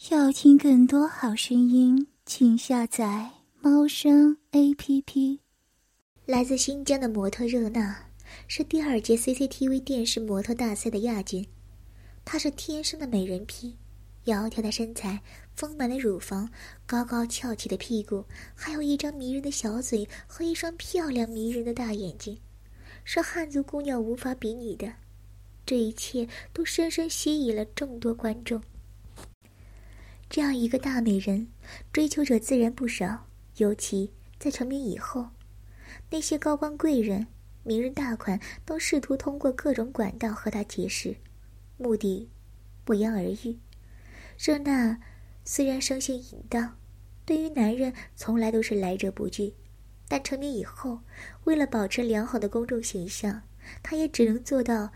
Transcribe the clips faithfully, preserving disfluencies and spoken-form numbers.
要听更多好声音，请下载猫声 A P P。 来自新疆的模特热娜是第二届 C C T V 电视模特大赛的亚军。她是天生的美人皮，窈窕的身材，丰满的乳房，高高翘起的屁股，还有一张迷人的小嘴和一双漂亮迷人的大眼睛，是汉族姑娘无法比拟的。这一切都深深吸引了众多观众。这样一个大美人，追求者自然不少，尤其在成名以后，那些高官贵人、名人大款都试图通过各种管道和她结识，目的不言而喻。热娜虽然生性淫荡，对于男人从来都是来者不拒，但成名以后，为了保持良好的公众形象，她也只能做到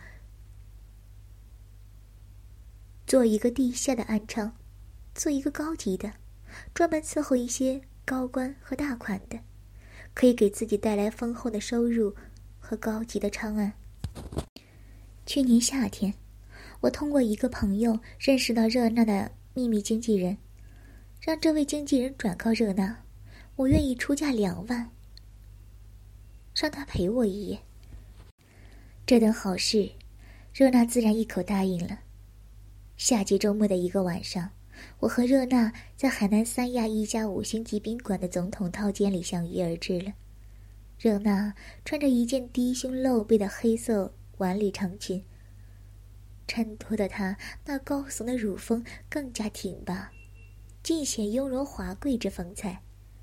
做一个地下的暗娼，做一个高级的，专门伺候一些高官和大款的，可以给自己带来丰厚的收入和高级的娼案。去年夏天，我通过一个朋友认识到热娜的秘密经纪人，让这位经纪人转告热娜，我愿意出价两万，让他陪我一夜。这等好事，热娜自然一口答应了。夏季周末的一个晚上，我和热娜在海南三亚一家五星级宾馆的总统套间里相遇而至了。热娜穿着一件低胸露背的黑色晚礼长裙，衬托的她那高耸的乳峰更加挺拔，尽显雍容华贵之风采。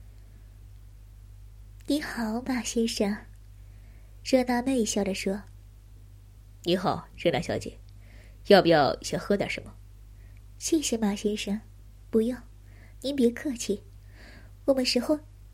你好，马先生。热娜媚笑着说。 你好，热娜小姐，要不要先喝点什么？ 谢谢马先生，不用，您别客气。我们时候，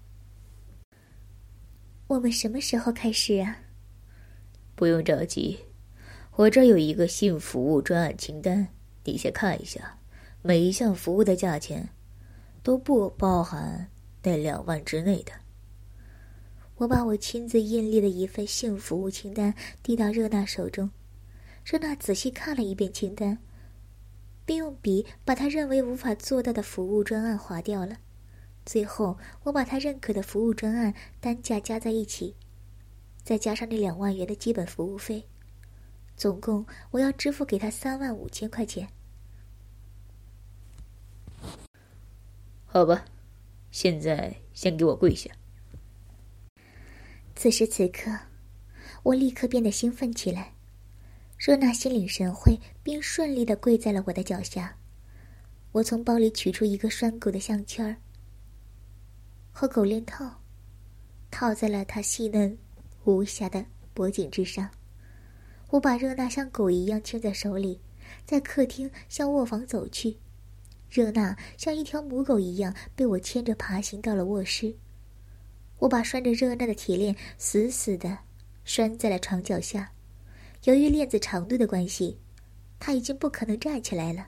我们什么时候开始啊？ 不用着急，我这儿有一个性服务专案清单，你先看一下，每一项服务的价钱都不包含那两万之内的。 我把我亲自印立的一份性服务清单递到热娜手中，热娜仔细看了一遍清单，并用笔把他认为无法做到的服务专案划掉了。最后我把他认可的服务专案单价加在一起，再加上那两万元的基本服务费，总共我要支付给他三万五千块钱。 好吧，现在先给我跪下。 此时此刻，我立刻变得兴奋起来。热娜心领神会，并顺利地跪在了我的脚下。我从包里取出一个拴狗的项圈和狗链套，套在了她细嫩无瑕的脖颈之上。我把热娜像狗一样牵在手里，在客厅向卧房走去。热娜像一条母狗一样被我牵着爬行到了卧室。我把拴着热娜的铁链死死地拴在了床脚下。由于链子长度的关系，她已经不可能站起来了。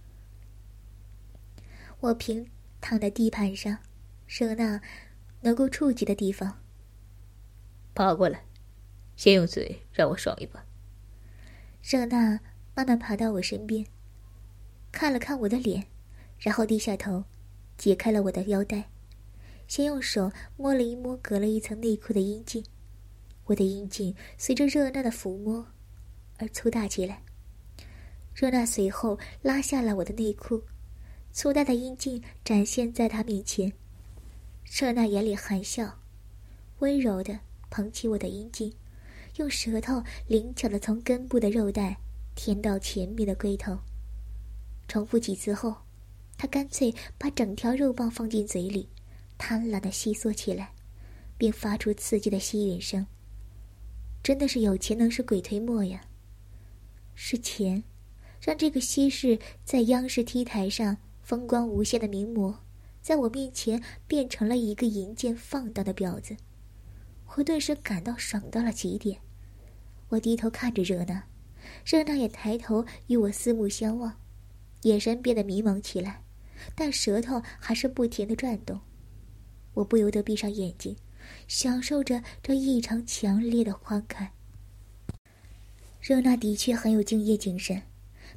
我平躺在地板上，热娜能够触及的地方。 爬过来，先用嘴让我爽一把。 热娜慢慢爬到我身边，看了看我的脸，然后低下头，解开了我的腰带，先用手摸了一摸隔了一层内裤的阴茎。我的阴茎随着热娜的抚摸而粗大起来。热娜随后拉下了我的内裤，粗大的阴茎展现在她面前。热娜眼里含笑，温柔地捧起我的阴茎，用舌头灵巧地从根部的肉带舔到前面的龟头。重复几次后，她干脆把整条肉棒放进嘴里，贪婪地吸缩起来，并发出刺激的吸吮声。真的是有钱能使鬼推磨呀！是钱，让这个西市在央视 T 台上风光无限的名模，在我面前变成了一个淫贱放荡的婊子。我顿时感到爽到了极点。我低头看着热娜，热娜也抬头与我四目相望，眼神变得迷茫起来，但舌头还是不停地转动。我不由得闭上眼睛，享受着这异常强烈的欢快。热娜的确很有敬业精神，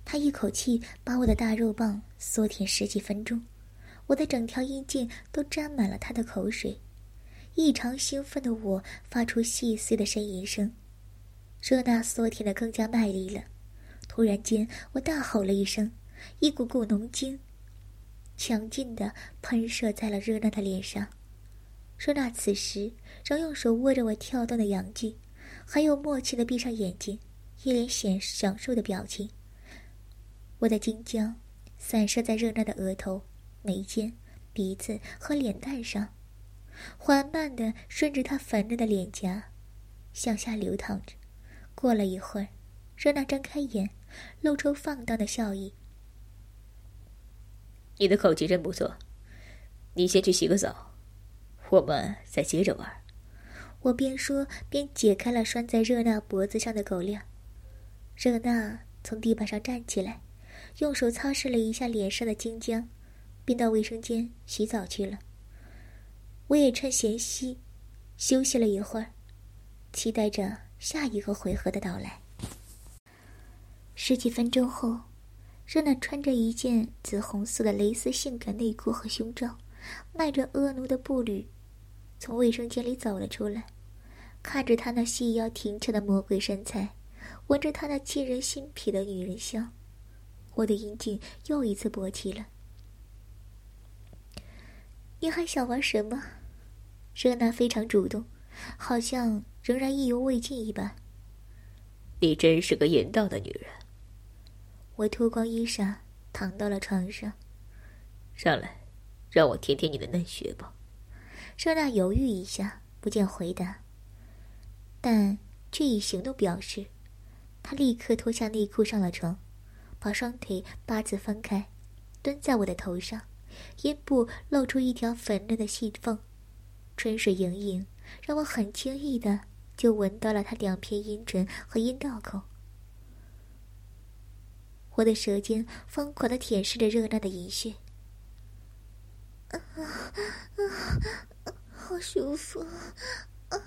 他一口气把我的大肉棒缩舔十几分钟，我的整条阴茎都沾满了他的口水。异常兴奋的我发出细碎的呻吟声，热娜缩舔得更加卖力了。突然间，我大吼了一声，一股股浓精强劲地喷射在了热娜的脸上。热娜此时仍用手握着我跳动的阳具，还有默契地闭上眼睛，一脸显享受的表情。我的精浆散射在热娜的额头、眉间、鼻子和脸蛋上，缓慢地顺着她粉嫩的脸颊向下流淌着。过了一会儿，热娜睁开眼，露出放荡的笑意。 你的口技真不错，你先去洗个澡，我们再接着玩。 我边说边解开了拴在热娜脖子上的狗链。热娜从地板上站起来，用手擦拭了一下脸上的精浆，便到卫生间洗澡去了。我也趁闲隙休息了一会儿，期待着下一个回合的到来。十几分钟后，热娜穿着一件紫红色的蕾丝性感内裤和胸罩，迈着婀娜的步履从卫生间里走了出来。看着她那细腰挺翘的魔鬼身材，闻着她那沁人心脾的女人香，我的阴茎又一次勃起了。你还想玩什么？热娜非常主动，好像仍然意犹未尽一般。 你真是个淫荡的女人。 我脱光衣裳躺到了床上。 上来，让我舔舔你的嫩穴吧。 热娜犹豫一下，不见回答，但却以行动表示。她立刻脱下内裤上了床，把双腿八字分开，蹲在我的头上，阴部露出一条粉嫩的细缝，春水盈盈，让我很轻易的就闻到了她两片阴唇和阴道口。我的舌尖疯狂地舔舐着热娜的银穴，啊啊，好舒服！啊、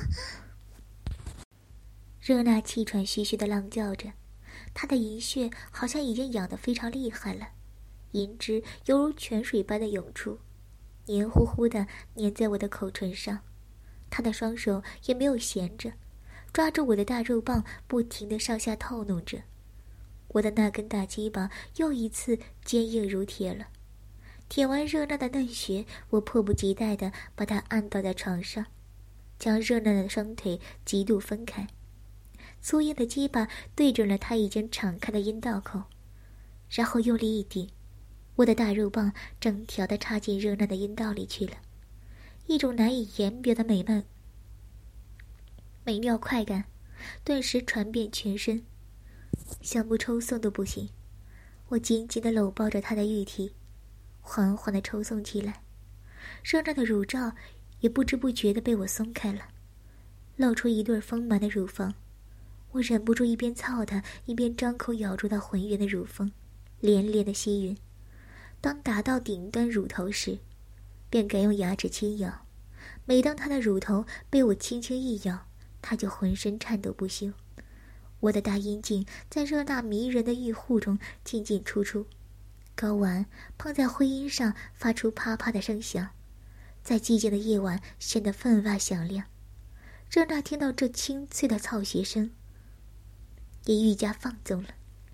热娜气喘吁吁地浪叫着，她的银穴好像已经痒得非常厉害了，银汁犹如泉水般的涌出，黏糊糊地粘在我的口唇上。她的双手也没有闲着，抓住我的大肉棒，不停地上下套弄着。我的那根大鸡巴又一次坚硬如铁了。舔完热娜的嫩穴，我迫不及待地把她按倒在床上，将热娜的双腿极度分开，粗硬的鸡巴对准了她已经敞开的阴道口，然后用力一顶，我的大肉棒整条地插进热娜的阴道里去了。一种难以言表的美曼美妙快感顿时传遍全身，想不抽送都不行。我紧紧地搂抱着她的玉体，缓缓地抽送起来。热娜的乳罩也不知不觉地被我松开了，露出一对丰满的乳房。我忍不住一边操她，一边张口咬住她浑圆的乳峰，连连的吸吮。当达到顶端乳头时，便改用牙齿轻咬。每当她的乳头被我轻轻一咬，她就浑身颤抖不休。我的大阴茎在热娜迷人的玉护中进进出出，睾丸碰在灰阴上发出啪啪的声响，在寂静的夜晚显得分外响亮。热娜听到这清脆的操穴声，也愈加放纵了。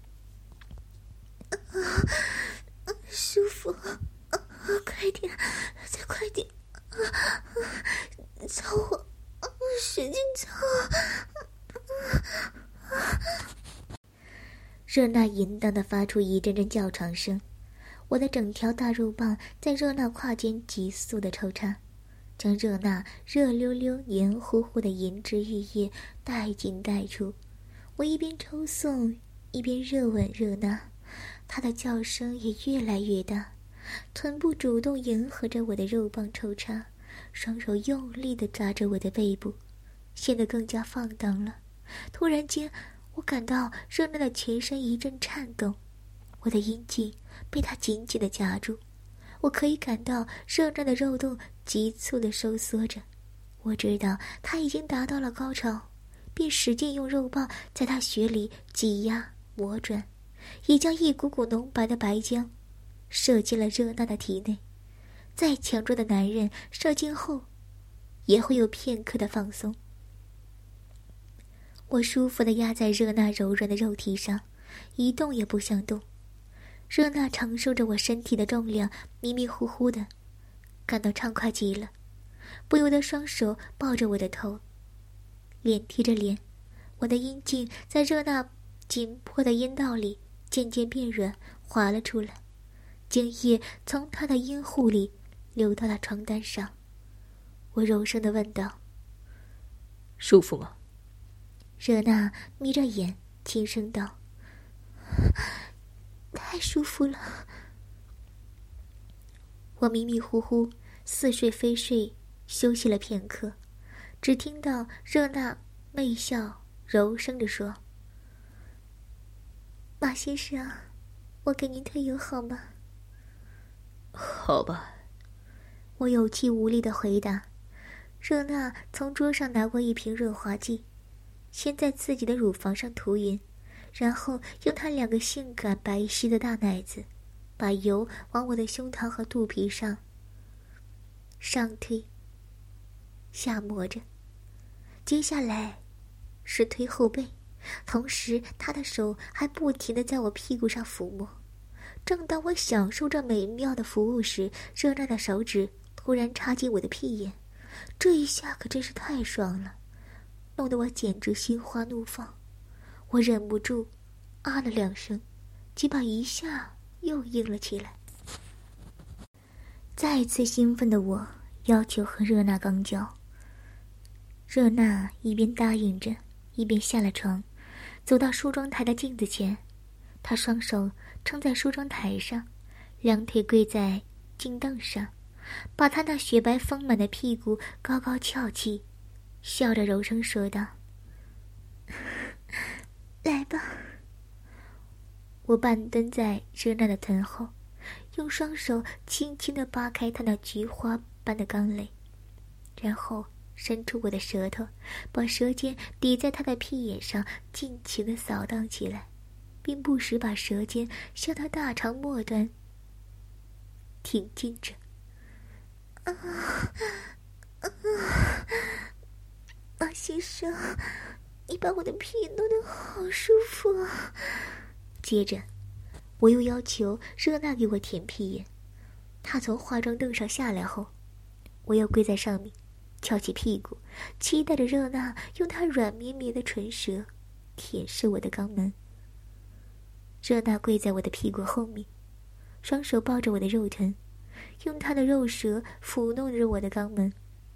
啊啊、舒服、啊啊、快点，再快点，啊啊、操我、啊、使劲操、啊热娜淫荡地发出一阵阵叫长声，我的整条大肉棒在热娜胯间急速地抽插，将热娜热溜溜黏糊糊的银汁玉液带进带出。我一边抽送一边热吻热娜，她的叫声也越来越大，臀部主动迎合着我的肉棒抽插，双手用力地抓着我的背部，显得更加放荡了。突然间，我感到热娜的全身一阵颤动，我的阴茎被她紧紧地夹住，我可以感到热娜的肉洞急促地收缩着。我知道她已经达到了高潮，便使劲用肉棒在她穴里挤压磨转， 已将一股股浓白的白浆射进了热娜的体内。再强壮的男人射精后也会有片刻的放松。我舒服地压在热娜柔软的肉体上，一动也不想动。热娜承受着我身体的重量，迷迷糊糊的，感到畅快极了，不由得双手抱着我的头，脸贴着脸，我的阴茎在热娜紧迫的阴道里渐渐变软，滑了出来，精液从她的阴户里流到了床单上。我柔声地问道：“ 舒服吗？” 热娜眯着眼轻声道：“太舒服了。”我迷迷糊糊似睡非睡，休息了片刻，只听到热娜媚笑柔声地说：“马先生，我给您推油好吗？”“ 好吧。” 我有气无力地回答。热娜从桌上拿过一瓶润滑剂，先在自己的乳房上涂匀，然后用她两个性感白皙的大奶子把油往我的胸膛和肚皮上上推下抹着。接下来是推后背，同时她的手还不停地在我屁股上抚摸。正当我享受着美妙的服务时，热娜的手指突然插进我的屁眼，这一下可真是太爽了，弄得我简直心花怒放。我忍不住啊了两声，鸡巴一下又硬了起来。再次兴奋的我要求和热娜刚交。热娜一边答应着，一边下了床，走到梳妆台的镜子前。她双手撑在梳妆台上，两腿跪在镜凳上，把她那雪白丰满的屁股高高翘起，笑着柔声说道：“来吧。”我半蹲在热娜的臀后，用双手轻轻地扒开她那菊花般的肛蕾，然后伸出我的舌头，把舌尖抵在她的屁眼上，尽情地扫荡起来，并不时把舌尖向她大肠末端挺进着。啊啊！马先生，你把我的屁眼弄得好舒服啊！接着，我又要求热娜给我舔屁眼。她从化妆凳上下来后，我又跪在上面，翘起屁股，期待着热娜用她软绵绵的唇舌舔舐我的肛门。热娜跪在我的屁股后面，双手抱着我的肉臀，用她的肉舌抚弄着我的肛门。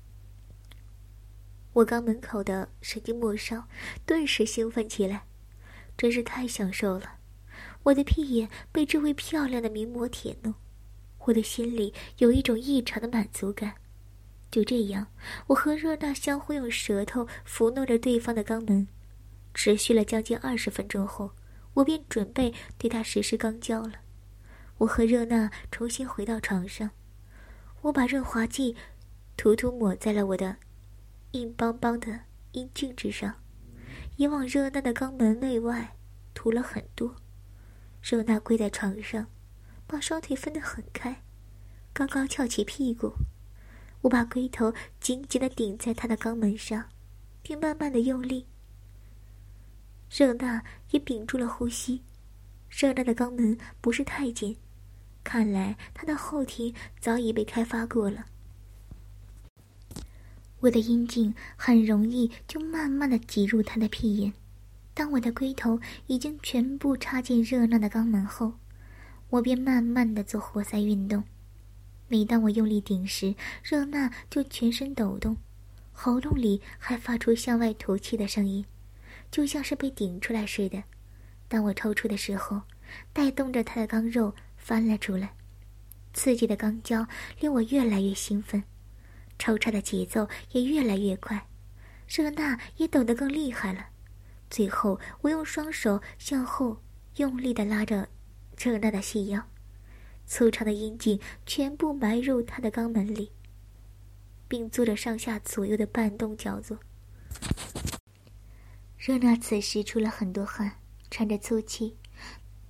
我肛门口的神经末梢顿时兴奋起来，真是太享受了。我的屁眼被这位漂亮的名模舔弄，我的心里有一种异常的满足感。就这样，我和热娜相互用舌头抚弄着对方的肛门，持续了将近二十分钟后，我便准备对她实施肛交了。我和热娜重新回到床上，我把润滑剂涂涂抹在了我的硬邦邦的阴茎之上，也往热娜的肛门内外涂了很多。热娜跪在床上，把双腿分得很开，高高翘起屁股。我把龟头紧紧地顶在她的肛门上，并慢慢地用力。热娜也屏住了呼吸。热娜的肛门不是太紧，看来她的后庭早已被开发过了。我的阴茎很容易就慢慢地挤入她的屁眼。当我的龟头已经全部插进热娜的肛门后，我便慢慢地做活塞运动。每当我用力顶时，热娜就全身抖动，喉咙里还发出向外吐气的声音，就像是被顶出来似的。当我抽出的时候，带动着她的肛肉翻了出来。刺激的肛交令我越来越兴奋，抽插的节奏也越来越快，热娜也抖得更厉害了。最后，我用双手向后用力地拉着热娜的细腰，粗长的阴茎全部埋入她的肛门里，并做着上下左右的搬动脚做。热娜此时出了很多汗，喘着粗气，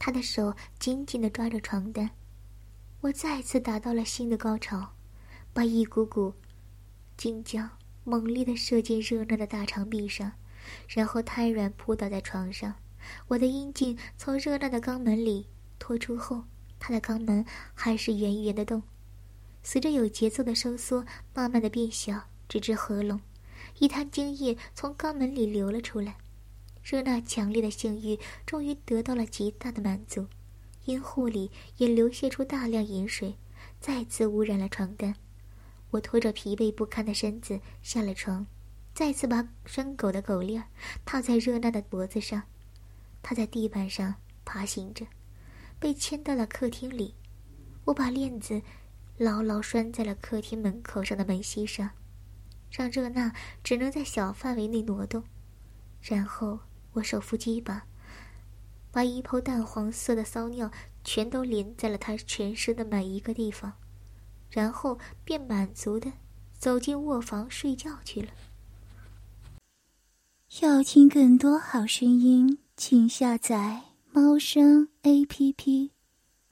他的手紧紧地抓着床单，我再次达到了新的高潮，把一股股精浆猛烈地射进热娜的大肠壁上，然后瘫软扑倒在床上。我的阴茎从热娜的肛门里拖出后，她的肛门还是圆圆的洞，随着有节奏的收缩，慢慢的变小，直至合拢，一滩精液从肛门里流了出来。热娜强烈的性欲终于得到了极大的满足，阴户里也流泻出大量饮水，再次污染了床单。我拖着疲惫不堪的身子下了床，再次把拴狗的狗链套在热娜的脖子上。她在地板上爬行着，被牵到了客厅里。我把链子牢牢拴在了客厅门口上的门隙上，让热娜只能在小范围内挪动。然后我手扶鸡巴，把一泡淡黄色的骚尿全都淋在了她全身的每一个地方，然后便满足地走进卧房睡觉去了。 要听更多好声音，请下载猫声 A P P。